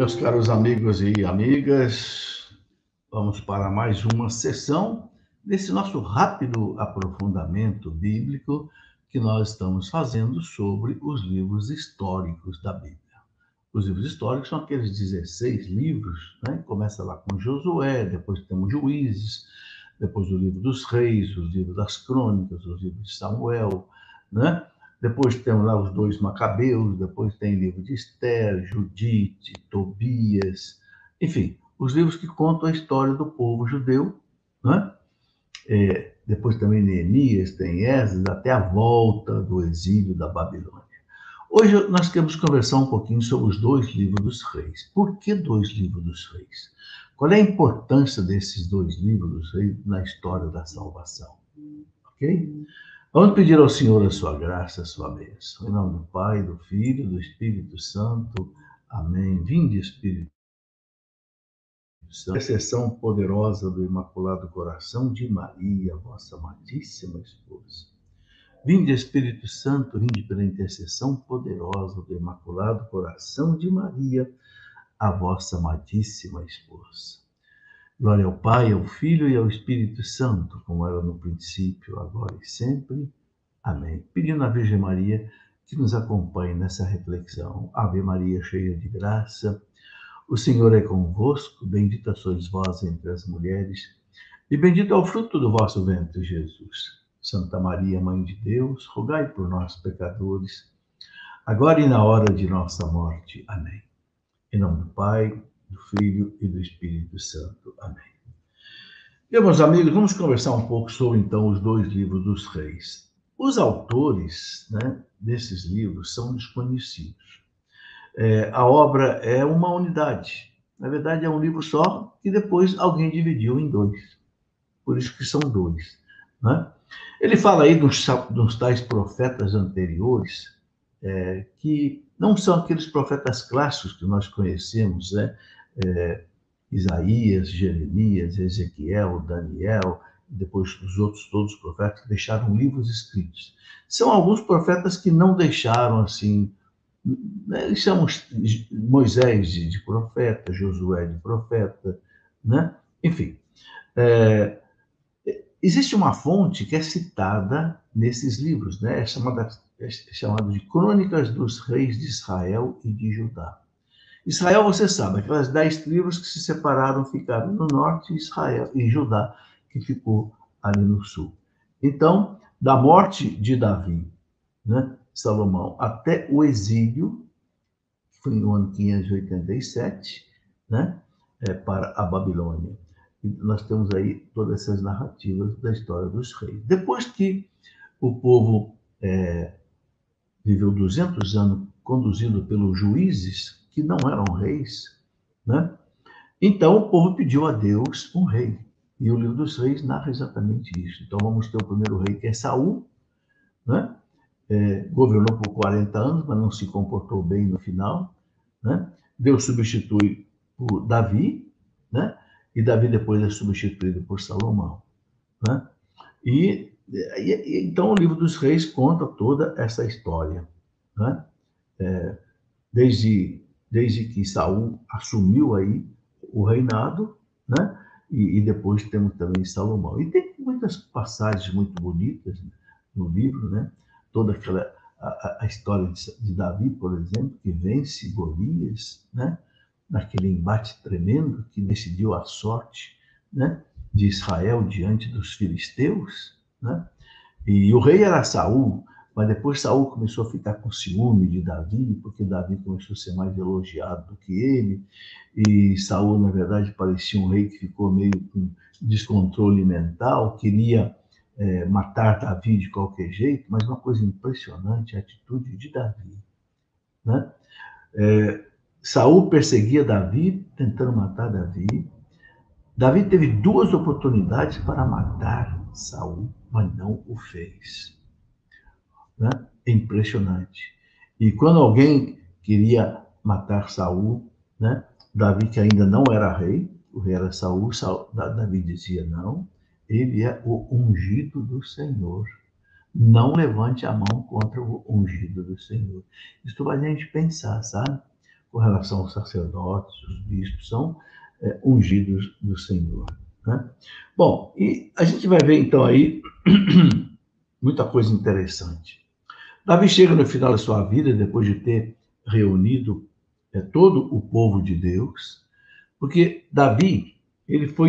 Meus caros amigos e amigas, vamos para mais uma sessão desse nosso rápido aprofundamento bíblico que nós estamos fazendo sobre os livros históricos da Bíblia. Os livros históricos são aqueles 16 livros, né? Começa lá com Josué, depois temos Juízes, depois o livro dos Reis, os livros das Crônicas, os livros de Samuel, né? Depois temos lá os dois Macabeus, depois tem o livro de Esther, Judite, Tobias, enfim, os livros que contam a história do povo judeu, né? Depois também Neemias, tem Esdras, até a volta do exílio da Babilônia. Hoje nós queremos conversar um pouquinho sobre os dois livros dos reis. Por que dois livros dos reis? Qual é a importância desses dois livros dos reis na história da salvação? Ok? Vamos pedir ao Senhor a sua graça, a sua bênção. Em nome do Pai, do Filho, do Espírito Santo. Amém. Vinde, Espírito Santo. Intercessão poderosa do Imaculado Coração de Maria, vossa amadíssima esposa. Vinde, Espírito Santo, vinde pela intercessão poderosa do Imaculado Coração de Maria, a vossa amadíssima esposa. Glória ao Pai, ao Filho e ao Espírito Santo, como era no princípio, agora e sempre. Amém. Pedindo à Virgem Maria que nos acompanhe nessa reflexão. Ave Maria, cheia de graça, o Senhor é convosco, bendita sois vós entre as mulheres, e bendito é o fruto do vosso ventre, Jesus. Santa Maria, Mãe de Deus, rogai por nós, pecadores, agora e na hora de nossa morte. Amém. Em nome do Pai, do Filho e do Espírito Santo. Amém. Meus amigos, vamos conversar um pouco sobre, então, os dois livros dos reis. Os autores, né, desses livros são desconhecidos. A obra é uma unidade. Na verdade, é um livro só que depois alguém dividiu em dois. Por isso que são dois, né? Ele fala aí dos tais profetas anteriores, que não são aqueles profetas clássicos que nós conhecemos, né? Isaías, Jeremias, Ezequiel, Daniel, depois os outros todos os profetas que deixaram livros escritos. São alguns profetas que não deixaram assim, né? Chamamos Moisés de profeta, Josué de profeta, né? Enfim, existe uma fonte que é citada nesses livros, né? É chamado de Crônicas dos Reis de Israel e de Judá. Israel, você sabe, aquelas 10 tribos que se separaram ficaram no norte, Israel e Judá, que ficou ali no sul. Então, da morte de Davi, né, Salomão, até o exílio, que foi no ano 587, né, para a Babilônia. E nós temos aí todas essas narrativas da história dos reis. Depois que o povo viveu 200 anos conduzido pelos juízes, que não eram reis, né? Então o povo pediu a Deus um rei. E o livro dos reis narra exatamente isso. Então vamos ter o primeiro rei, que é Saul, né? Governou por 40 anos, mas não se comportou bem no final, né? Deus substitui por Davi, né? E Davi depois é substituído por Salomão, né? Então o livro dos reis conta toda essa história, né? Desde que Saul assumiu aí o reinado, né? E depois temos também Salomão. E tem muitas passagens muito bonitas no livro, né? Toda aquela a história de Davi, por exemplo, que vence Golias, né? Naquele embate tremendo que decidiu a sorte, né? De Israel diante dos filisteus, né? E o rei era Saul, mas depois Saul começou a ficar com ciúme de Davi, porque Davi começou a ser mais elogiado do que ele. E Saul, na verdade, parecia um rei que ficou meio com descontrole mental, queria matar Davi de qualquer jeito, mas uma coisa impressionante, a atitude de Davi, né? Saul perseguia Davi, tentando matar Davi. Davi teve 2 oportunidades para matar Saul, mas não o fez, né? É impressionante. E quando alguém queria matar Saul, né? Davi, que ainda não era rei, o rei era Saul, Davi dizia: não, ele é o ungido do Senhor. Não levante a mão contra o ungido do Senhor. Isso faz a gente pensar, sabe? com relação aos sacerdotes, os bispos, são ungidos do Senhor. Né? Bom, e a gente vai ver então aí muita coisa interessante. Davi chega no final da sua vida, depois de ter reunido todo o povo de Deus, porque Davi, ele foi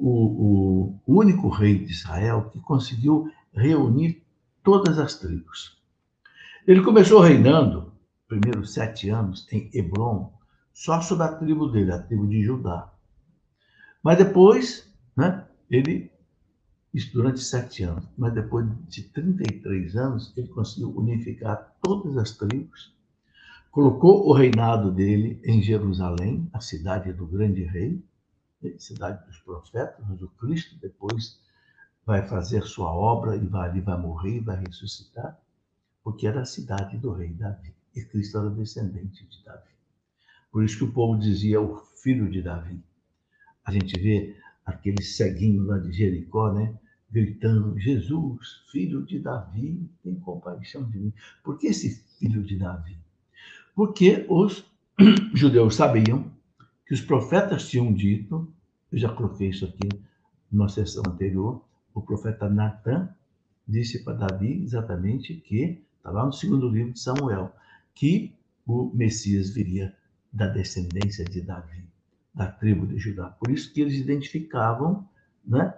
o único rei de Israel que conseguiu reunir todas as tribos. Ele começou reinando, primeiros 7 anos, em Hebrom, só sobre a tribo dele, a tribo de Judá. Mas depois, né, isso durante 7 anos, mas depois de 33 anos, ele conseguiu unificar todas as tribos, colocou o reinado dele em Jerusalém, a cidade do grande rei, cidade dos profetas, onde o Cristo depois vai fazer sua obra e ali vai morrer e vai ressuscitar, porque era a cidade do rei Davi. E Cristo era descendente de Davi. Por isso que o povo dizia o filho de Davi. A gente vê aquele ceguinho lá de Jericó, né? Gritando, Jesus, filho de Davi, tem compaixão de mim. Por que esse filho de Davi? Porque os judeus sabiam que os profetas tinham dito, eu já coloquei isso aqui numa sessão anterior, o profeta Natan disse para Davi exatamente que, está lá no segundo livro de Samuel, que o Messias viria da descendência de Davi, da tribo de Judá. Por isso que eles identificavam, né,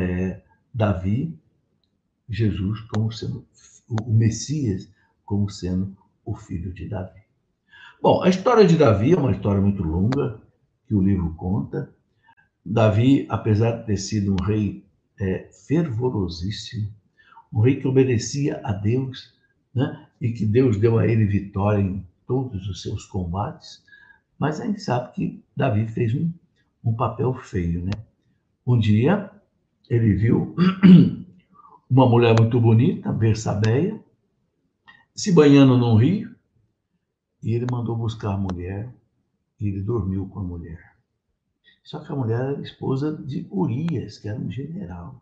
Davi, Jesus, como sendo o Messias, como sendo o filho de Davi. Bom, a história de Davi é uma história muito longa, que o livro conta. Davi, apesar de ter sido um rei fervorosíssimo, um rei que obedecia a Deus, né? E que Deus deu a ele vitória em todos os seus combates, mas a gente sabe que Davi fez um papel feio, né? Um dia ele viu uma mulher muito bonita, Bersabeia, se banhando num rio, e ele mandou buscar a mulher e ele dormiu com a mulher. Só que a mulher era esposa de Urias, que era um general.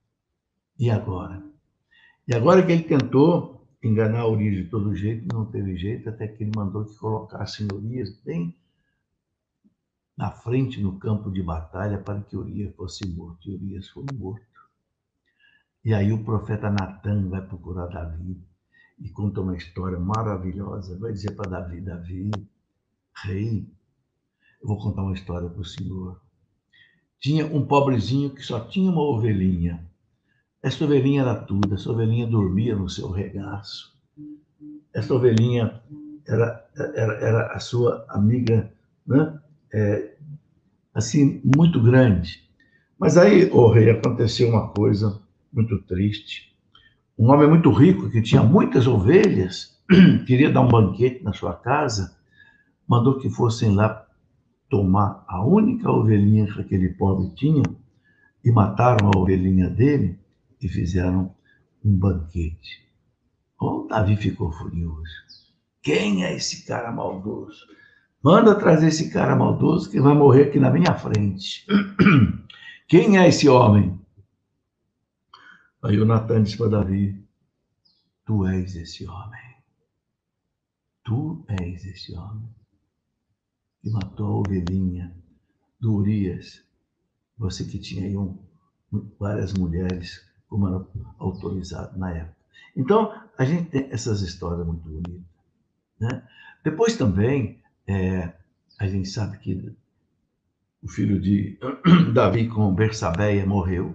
E agora? E agora que ele tentou enganar Urias de todo jeito, não teve jeito, até que ele mandou que colocassem Urias bem na frente, no campo de batalha, para que Urias fosse morto. E Urias foi morto. E aí o profeta Natan vai procurar Davi e conta uma história maravilhosa. Vai dizer para Davi, Davi, rei, eu vou contar uma história para o senhor. Tinha um pobrezinho que só tinha uma ovelhinha. Essa ovelhinha era tudo, essa ovelhinha dormia no seu regaço. Essa ovelhinha era a sua amiga, né? Assim, muito grande. Mas aí, rei, aconteceu uma coisa muito triste. Um homem muito rico, que tinha muitas ovelhas, queria dar um banquete na sua casa, mandou que fossem lá tomar a única ovelhinha que aquele pobre tinha e mataram a ovelhinha dele e fizeram um banquete. O Davi ficou furioso. Quem é esse cara maldoso? Manda trazer esse cara maldoso que vai morrer aqui na minha frente. Quem é esse homem? Aí o Natan disse para Davi, tu és esse homem. Tu és esse homem que matou a ovelhinha do Urias. Você que tinha aí várias mulheres, como era autorizado na época. Então, a gente tem essas histórias muito bonitas. Né? Depois também, a gente sabe que o filho de Davi com Bersabeia morreu.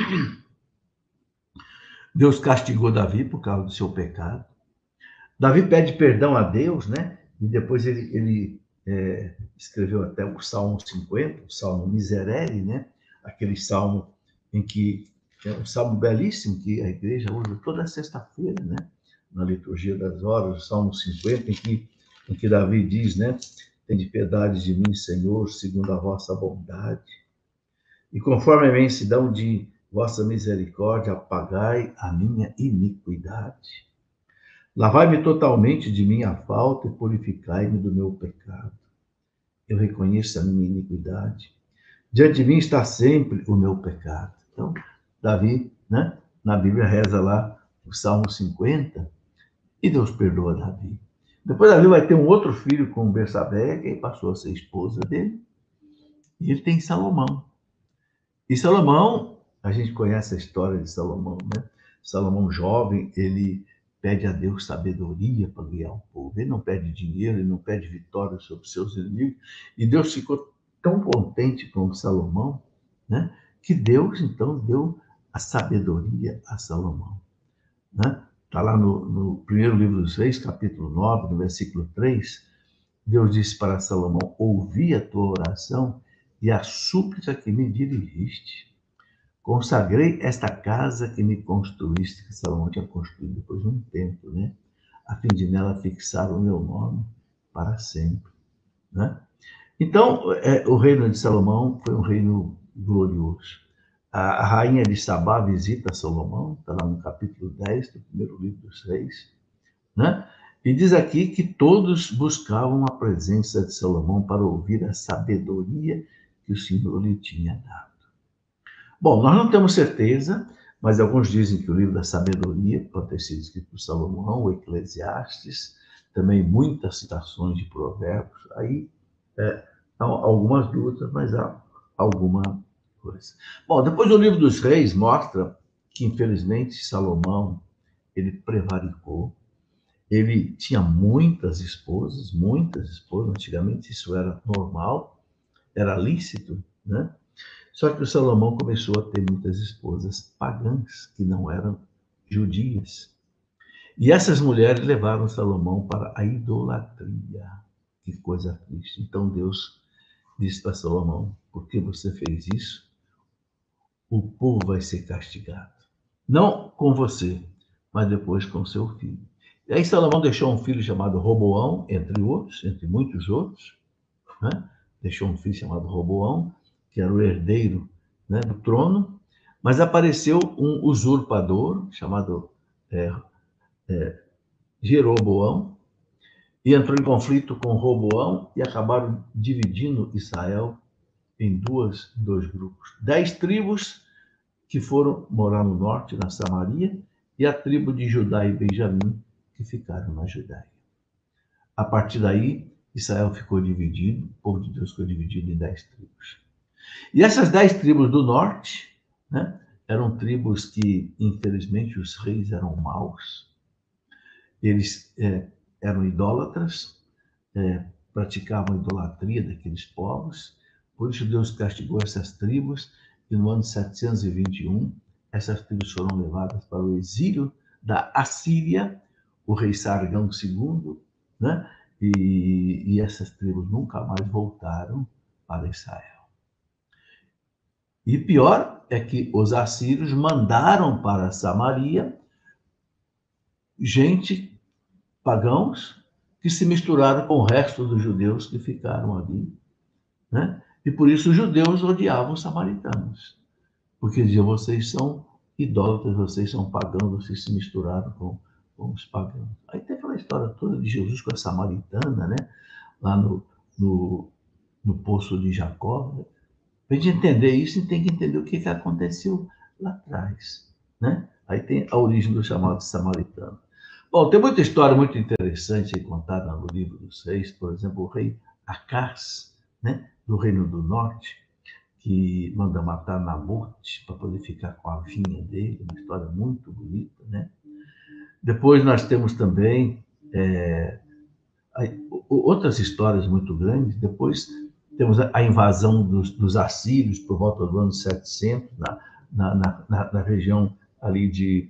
Deus castigou Davi por causa do seu pecado. Davi pede perdão a Deus, né? E depois ele escreveu até o Salmo 50, o Salmo Miserere, né? Aquele salmo em que é um salmo belíssimo que a igreja usa toda sexta-feira, né? Na liturgia das horas, o Salmo 50, em que Davi diz, né? Tende piedade de mim, Senhor, segundo a vossa bondade. E conforme a imensidão de vossa misericórdia, apagai a minha iniquidade. Lavai-me totalmente de minha falta e purificai-me do meu pecado. Eu reconheço a minha iniquidade. Diante de mim está sempre o meu pecado. Então, Davi, né, na Bíblia reza lá o Salmo 50 e Deus perdoa Davi. Depois Davi vai ter um outro filho com Betsabé, que passou a ser esposa dele, e ele tem Salomão. E Salomão, a gente conhece a história de Salomão, né? Salomão jovem, ele pede a Deus sabedoria para guiar o povo. Ele não pede dinheiro, ele não pede vitória sobre seus inimigos. E Deus ficou tão contente com Salomão, né? Que Deus, então, deu a sabedoria a Salomão, né? Está lá no primeiro livro dos Reis, capítulo 9, no versículo 3, Deus disse para Salomão: ouvi a tua oração e a súplica que me dirigiste. Consagrei esta casa que me construíste, que Salomão tinha construído depois de um tempo, né? A fim de nela fixar o meu nome para sempre, né? Então, o reino de Salomão foi um reino glorioso. A rainha de Sabá visita Salomão, está lá no capítulo 10 do primeiro livro dos Reis, né? E diz aqui que todos buscavam a presença de Salomão para ouvir a sabedoria que o Senhor lhe tinha dado. Bom, nós não temos certeza, mas alguns dizem que o livro da sabedoria pode ter sido escrito por Salomão, o Eclesiastes, também muitas citações de provérbios. Aí há algumas dúvidas, mas há alguma coisa. Bom, depois o livro dos Reis mostra que, infelizmente, Salomão, ele prevaricou. Ele tinha muitas esposas. Antigamente isso era normal, era lícito, né? Só que o Salomão começou a ter muitas esposas pagãs, que não eram judias. E essas mulheres levaram Salomão para a idolatria. Que coisa triste. Então Deus disse para Salomão: porque você fez isso, o povo vai ser castigado. Não com você, mas depois com seu filho. E aí Salomão deixou um filho chamado Roboão, entre outros, entre muitos outros, né? Deixou um filho chamado Roboão, que era o herdeiro, né, do trono, mas apareceu um usurpador chamado Jeroboão, e entrou em conflito com Roboão e acabaram dividindo Israel em dois grupos. 10 tribos que foram morar no norte, na Samaria, e a tribo de Judá e Benjamim, que ficaram na Judéia. A partir daí, Israel ficou dividido, o povo de Deus ficou dividido em 10 tribos. E essas 10 tribos do norte, né, eram tribos que, infelizmente, os reis eram maus. Eles eram idólatras, praticavam a idolatria daqueles povos. Por isso Deus castigou essas tribos e no ano 721 essas tribos foram levadas para o exílio da Assíria, o rei Sargão II, né? E essas tribos nunca mais voltaram para Israel. E pior é que os assírios mandaram para Samaria gente, pagãos, que se misturaram com o resto dos judeus que ficaram ali, né? E por isso os judeus odiavam os samaritanos, porque diziam: vocês são idólatras, vocês são pagãos, vocês se misturaram com os pagãos. Aí tem aquela história toda de Jesus com a samaritana, né? Lá no poço de Jacó. Para a gente entender isso, a gente tem que entender o que aconteceu lá atrás, né? Aí tem a origem do chamado samaritano. Bom, tem muita história muito interessante aí contada no livro dos Reis. Por exemplo, o rei Acás, né, do Reino do Norte, que manda matar Nabote para poder ficar com a vinha dele. Uma história muito bonita, né? Depois nós temos também outras histórias muito grandes. Depois temos a invasão dos assírios por volta do ano 700, na região ali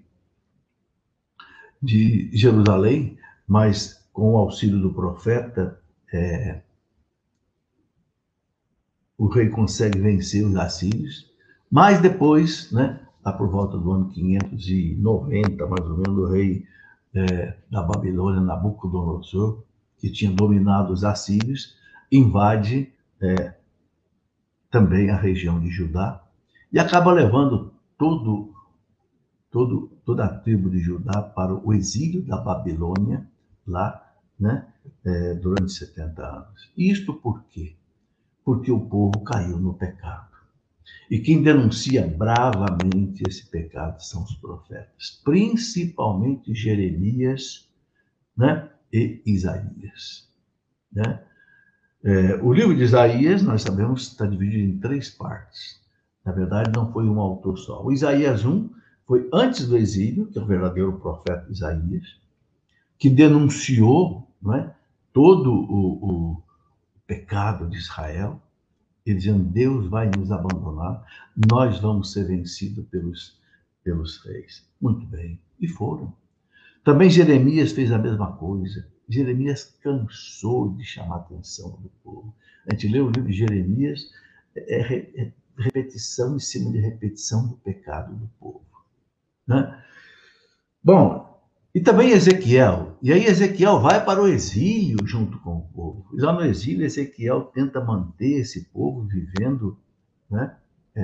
de Jerusalém, mas com o auxílio do profeta, o rei consegue vencer os assírios. Mas depois, né, lá por volta do ano 590, mais ou menos, o rei da Babilônia, Nabucodonosor, que tinha dominado os assírios, invade também a região de Judá e acaba levando toda a tribo de Judá para o exílio da Babilônia, lá, né, durante 70 anos. Isto por quê? Porque o povo caiu no pecado. E quem denuncia bravamente esse pecado são os profetas, principalmente Jeremias, né, e Isaías, né? O livro de Isaías, nós sabemos, está dividido em 3 partes. Na verdade, não foi um autor só. O Isaías 1 foi antes do exílio, que é o verdadeiro profeta Isaías, que denunciou, não é, todo o pecado de Israel, e dizendo: Deus vai nos abandonar, nós vamos ser vencidos pelos reis. Muito bem, e foram. Também Jeremias fez a mesma coisa. Jeremias cansou de chamar a atenção do povo. A gente lê o livro de Jeremias, é repetição em cima de repetição do pecado do povo, né? Bom, e também Ezequiel. E aí Ezequiel vai para o exílio junto com o povo. E lá no exílio, Ezequiel tenta manter esse povo vivendo, né,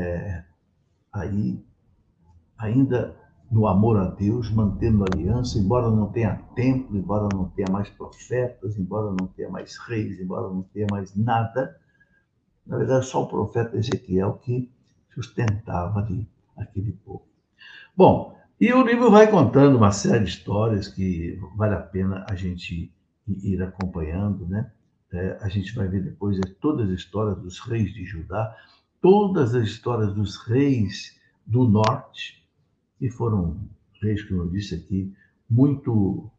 aí ainda no amor a Deus, mantendo a aliança, embora não tenha templo, embora não tenha mais profetas, embora não tenha mais reis, embora não tenha mais nada. Na verdade, só o profeta Ezequiel que sustentava ali aquele povo. Bom, e o livro vai contando uma série de histórias que vale a pena a gente ir acompanhando, né? A gente vai ver depois todas as histórias dos reis de Judá, todas as histórias dos reis do norte, que foram reis, como eu disse aqui, muito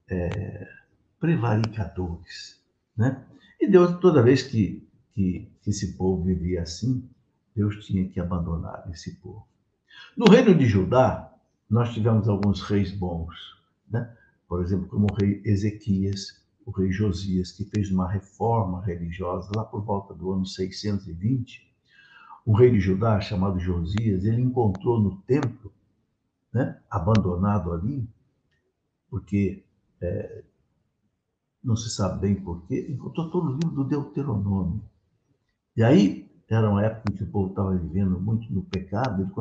prevaricadores, né? E Deus, toda vez que esse povo vivia assim, Deus tinha que abandonar esse povo. No reino de Judá, nós tivemos alguns reis bons, né? Por exemplo, como o rei Ezequias, o rei Josias, que fez uma reforma religiosa lá por volta do ano 620. O rei de Judá, chamado Josias, ele encontrou no templo, né, abandonado ali, porque não se sabe bem porquê, encontrou todo o livro do Deuteronômio. E aí, era uma época em que o povo estava vivendo muito no pecado, ele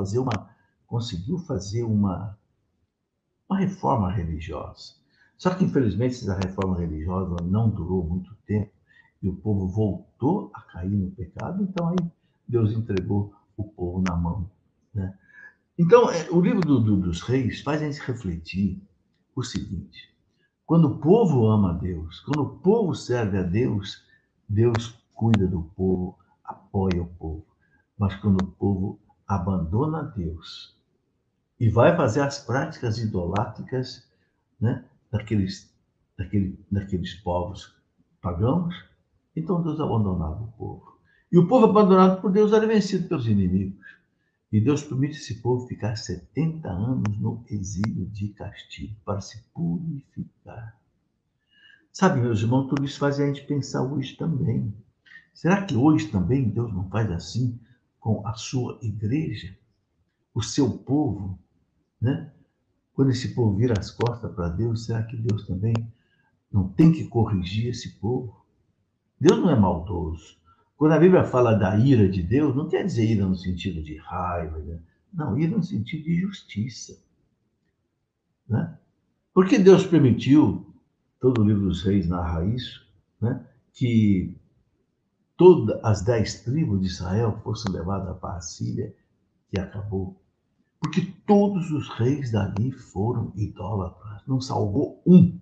conseguiu fazer uma reforma religiosa. Só que, infelizmente, essa reforma religiosa não durou muito tempo e o povo voltou a cair no pecado, então aí Deus entregou o povo na mão, né? Então, o livro dos reis faz a gente refletir o seguinte: quando o povo ama a Deus, quando o povo serve a Deus, Deus cuida do povo, apoia o povo. Mas quando o povo abandona Deus e vai fazer as práticas idolátricas, né, daqueles povos pagãos, então Deus abandonava o povo. E o povo abandonado por Deus era vencido pelos inimigos. E Deus permite esse povo ficar 70 anos no exílio de castigo para se purificar. Sabe, meus irmãos, tudo isso faz a gente pensar hoje também. Será que hoje também Deus não faz assim com a sua igreja, o seu povo, né? Quando esse povo vira as costas para Deus, será que Deus também não tem que corrigir esse povo? Deus não é maldoso. Quando a Bíblia fala da ira de Deus, não quer dizer ira no sentido de raiva, né? Não, ira no sentido de justiça, né? Porque Deus permitiu, todo o livro dos reis narra isso, né, que todas as 10 tribos de Israel fossem levadas para a Síria, que acabou. Porque todos os reis dali foram idólatras, não salvou um.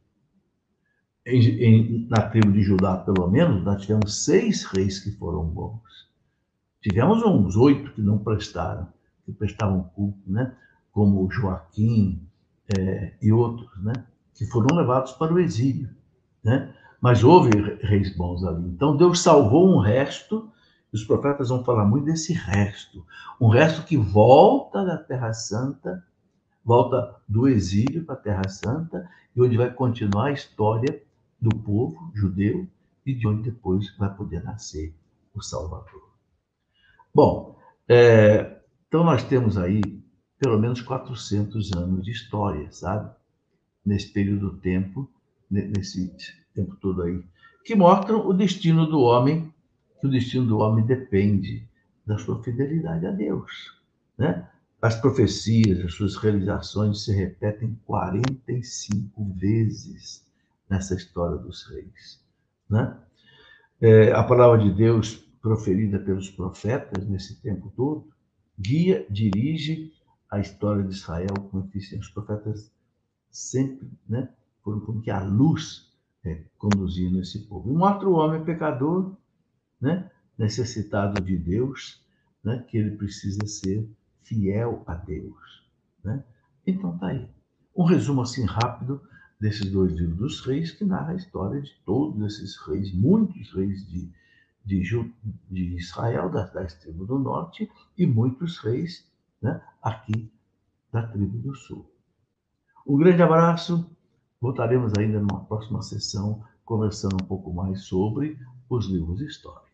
Na tribo de Judá, pelo menos, nós tivemos 6 reis que foram bons. Tivemos uns 8 que não prestaram, que prestavam culto, né? Como Joaquim, e outros, né? Que foram levados para o exílio, né? Mas houve reis bons ali. Então Deus salvou um resto, os profetas vão falar muito desse resto, um resto que volta da Terra Santa, volta do exílio para a Terra Santa, e onde vai continuar a história do povo judeu e de onde depois vai poder nascer o Salvador. Bom, então nós temos aí pelo menos 400 anos de história, sabe? Nesse período do tempo, nesse tempo todo aí, que mostram o destino do homem, que o destino do homem depende da sua fidelidade a Deus, né? As profecias, as suas realizações se repetem 45 vezes nessa história dos reis, né? A palavra de Deus proferida pelos profetas nesse tempo todo guia, dirige a história de Israel, como eu disse, os profetas sempre, né, foram como que a luz conduzindo esse povo. E mostra o homem pecador, né, necessitado de Deus, né, que ele precisa ser fiel a Deus, né? Então tá aí. Um resumo assim rápido desses dois livros dos reis, que narra a história de todos esses reis, muitos reis de Israel, das tribos do norte, e muitos reis, né, aqui da tribo do sul. Um grande abraço. Voltaremos ainda numa próxima sessão, conversando um pouco mais sobre os livros históricos.